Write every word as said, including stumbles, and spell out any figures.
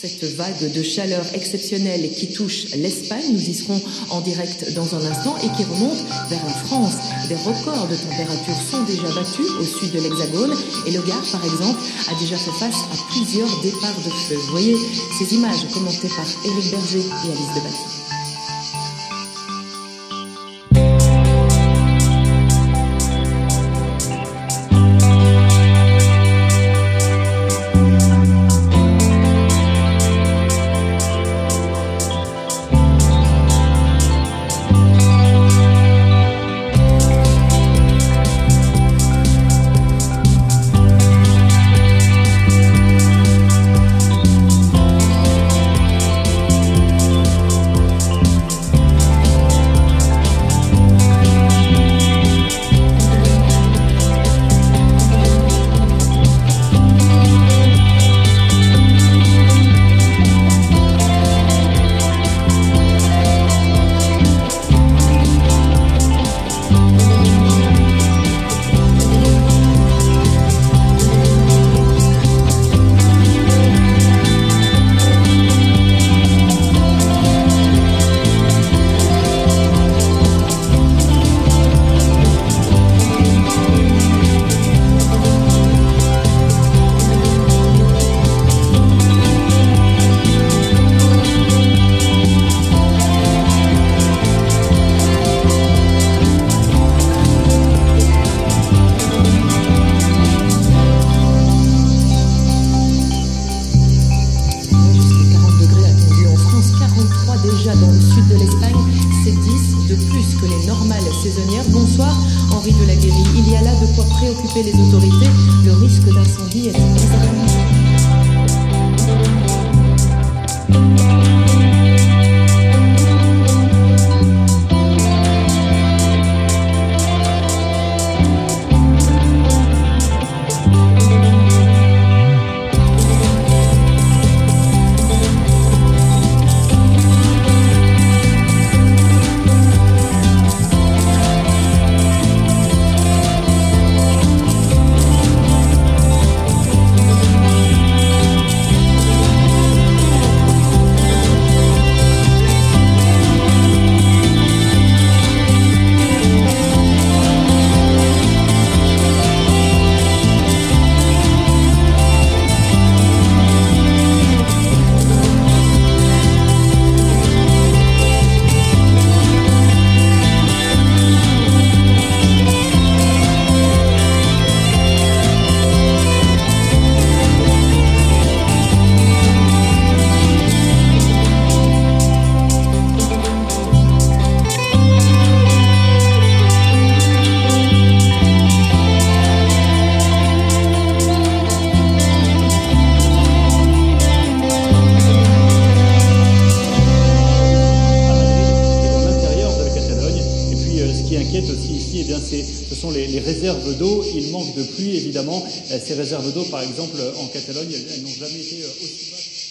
Cette vague de chaleur exceptionnelle qui touche l'Espagne, nous y serons en direct dans un instant, et qui remonte vers la France. Des records de température sont déjà battus au sud de l'Hexagone, et le Gard, par exemple, a déjà fait face à plusieurs départs de feu. Vous voyez ces images commentées par Éric Berger et Alice Debatty. Dans le sud de l'Espagne, c'est dix de plus que les normales saisonnières. Bonsoir, Henri de la Guérie. Il y a là de quoi préoccuper les autorités. Le risque d'incendie est très alarmant. Aussi ici, eh bien, ce sont les, les réserves d'eau. Il manque de pluie, évidemment. Ces réserves d'eau, par exemple, en Catalogne, elles, elles n'ont jamais été aussi basses.